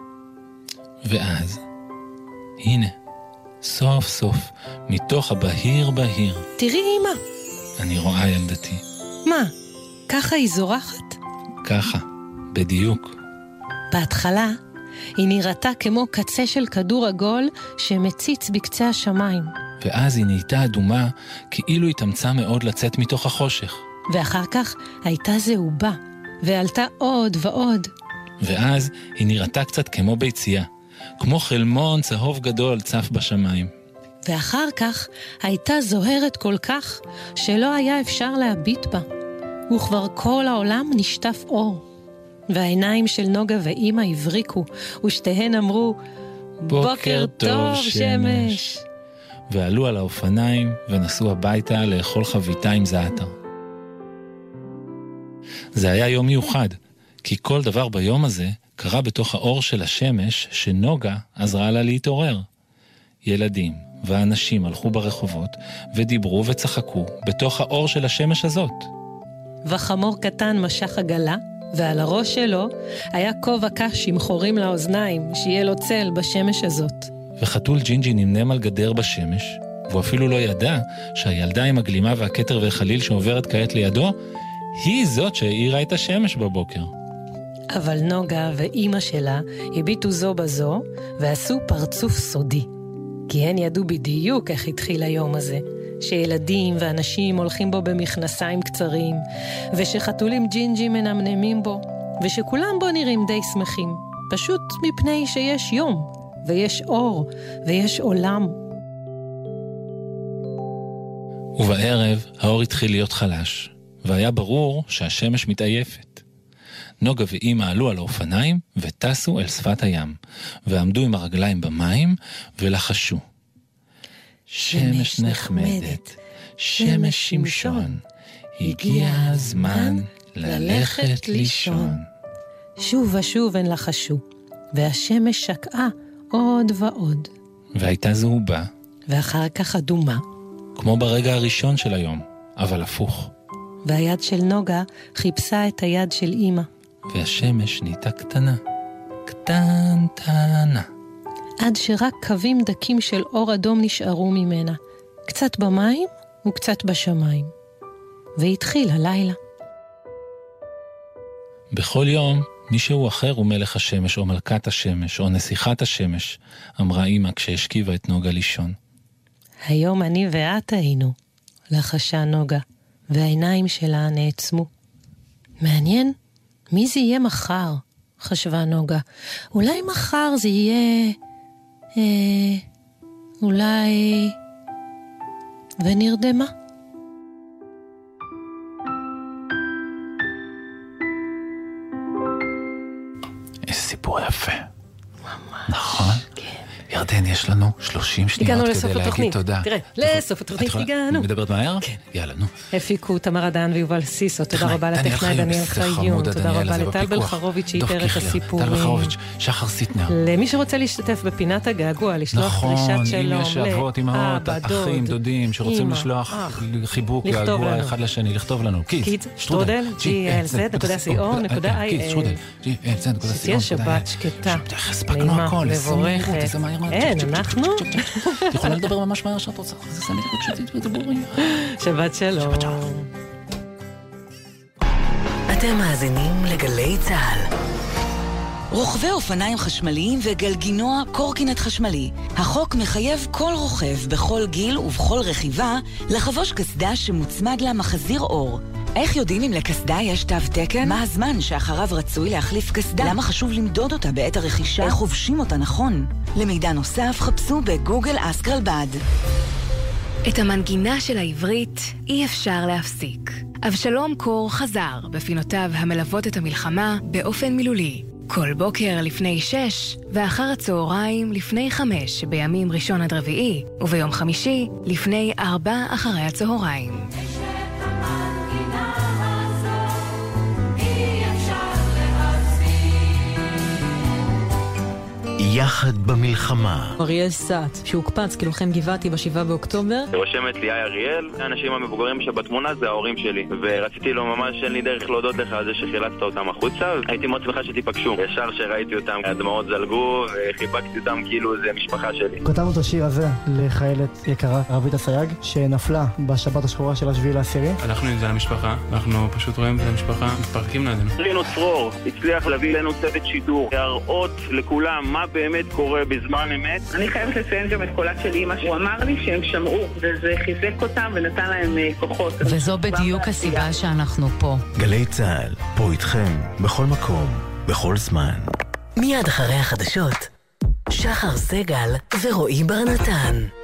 ואז, הנה, סוף סוף, מתוך הבהיר בהיר. תראי אמא. אני רואה ילדתי. מה? ככה היא זורחת? ככה, בדיוק. בהתחלה, היא נראתה כמו קצה של כדור עגול שמציץ בקצה השמיים. ואז היא נהייתה אדומה, כאילו היא תמצא מאוד לצאת מתוך החושך. ואחר כך הייתה זהובה, ועלתה עוד ועוד. ואז היא נראתה קצת כמו ביצייה, כמו חלמון צהוב גדול צף בשמיים. ואחר כך הייתה זוהרת כל כך, שלא היה אפשר להביט בה. וכבר כל העולם נשטף אור. והעיניים של נוגה ואמא הבריקו, ושתיהן אמרו, בוקר טוב שמש. ועלו על האופניים ונסעו הביתה לאכול חביתה עם זעתר. זה היה יום מיוחד, כי כל דבר ביום הזה קרה בתוך האור של השמש שנוגה עזרה לה להתעורר. ילדים ואנשים הלכו ברחובות ודיברו וצחקו בתוך האור של השמש הזאת. וחמור קטן משך עגלה, ועל הראש שלו היה כובע קש עם חורים לאוזניים, שיהיה לו צל בשמש הזאת. וחתול ג'ינג'י נמנם על גדר בשמש, והוא אפילו לא ידע שהילדה עם הגלימה והכתר והחליל שעוברת כעת לידו, היא זאת שהאירה את השמש בבוקר. אבל נוגה ואימא שלה הביטו זו בזו, ועשו פרצוף סודי. כי הן ידעו בדיוק איך התחיל היום הזה. שילדים ואנשים הולכים בו במכנסיים קצרים, ושחתולים ג'ינג'י מנמנמים בו, ושכולם בו נראים די שמחים, פשוט מפני שיש יום, ויש אור, ויש עולם. ובערב האור התחיל להיות חלש, והיה ברור שהשמש מתעייפת. נוגה ואמא עלו על האופניים וטסו אל שפת הים, ועמדו עם הרגליים במים ולחשו. שמש נחמדת, שמש שמשון, הגיע הזמן ללכת לישון. שוב ושוב הן לחשו, והשמש שקעה עוד ועוד. והייתה זהובה. ואחר כך אדומה. כמו ברגע הראשון של היום, אבל הפוך. והיד של נוגה חיפשה את היד של אמא. והשמש נהייתה קטנה, קטנטנה. עד שרק קווים דקים של אור אדום נשארו ממנה, קצת במים וקצת בשמיים. והתחיל הלילה. בכל יום מישהו אחר הוא מלך השמש או מלכת השמש או נסיכת השמש, אמרה אמא כשהשכיבה את נוגה לישון. היום אני ואת היינו, לחשה נוגה, והעיניים שלה נעצמו. מעניין, מי זה יהיה מחר? חשבה נוגה. אולי מחר זה יהיה... אולי... ונרדמה. איזה סיפור יפה. נכון? ירדן, יש לנו 30 שניות כדי להגיד תודה. תראה, לסוף התוכנית הגענו. מדברת מהר? כן. יאללה, נו. הפיקו תמר עדן ויובל סיסו, תודה רבה לטכנאי דניאל חיון, תודה רבה לטל בלחרוביץ' שאיתר את הסיפורים. טל בלחרוביץ', שחר סיטנר. למי שרוצה להשתתף בפינת הגעגוע, לשלוח דרישת שלום אם יש אבות, אמהות, אחים, דודים, שרוצים לשלוח חיבוק, געגוע אחד לשני, לכתוב לנו. קידס, שטרודל, glz.co.il. שתהיה שבת שקטה, נעימה, מבורכת. אנחנו? את יכולה לדבר ממש מהר שאת רוצה. זה סנית קודשתית ודבורים. שבת שלום. אתם מאזינים לגלי צהל. רוכבי אופניים חשמליים וגלגינוע קורקינט חשמלי. החוק מחייב כל רוכב בכל גיל ובכל רכיבה לחבוש קסדה שמוצמד לה מחזיר אור. איך יודעים אם לקסדה יש תו תקן? מה הזמן שאחריו רצוי להחליף קסדה? למה חשוב למדוד אותה בעת הרכישה? איך חובשים אותה נכון? למידע נוסף חפשו בגוגל אסק רלב"ד. את המנגינה של העברית אי אפשר להפסיק. אבשלום קור חזר בפינותיו המלוות את המלחמה באופן מילולי. כל בוקר לפני 6 ואחר הצהריים לפני 5 בימים ראשון עד רביעי וביום חמישי לפני 4 אחרי הצהריים. יחד במלחמה. אריאל סאט, שהוקפץ כלוחם גבעתי ב7 באוקטובר. רושמת לי אריאל, האנשים המבוגרים שבתמונה זה ההורים שלי. ורציתי לו ממש אין לי דרך להודות לך על זה שחילצת אותם החוצה. הייתי מאוד שמחה שתיפגשו. ישר שראיתי אותם, הדמעות זלגו וחיבקתי אותם כאילו זה משפחה שלי. כתבנו את השיר הזה לחיילת יקרה, רבית הסייג, שנפלה בשבת השחורה של 7/10. הלכנו עם זה למשפחה, אנחנו פשוט רואים את המשפחה, מתפרקים לידינו. רינו צרור הצליח להביא לנו צוות שידור, להראות לכולם מה באמת קורה בזמן אמת. אני חייבת לציין גם את קולת של אמא, הוא אמר לי שהם שמעו, וזה חיזק אותם ונתן להם כוחות. וזו בדיוק הסיבה שאנחנו פה. גלי צהל, פה איתכם, בכל מקום, בכל זמן. מיד אחרי החדשות, שחר סגל ורועי ברנתן.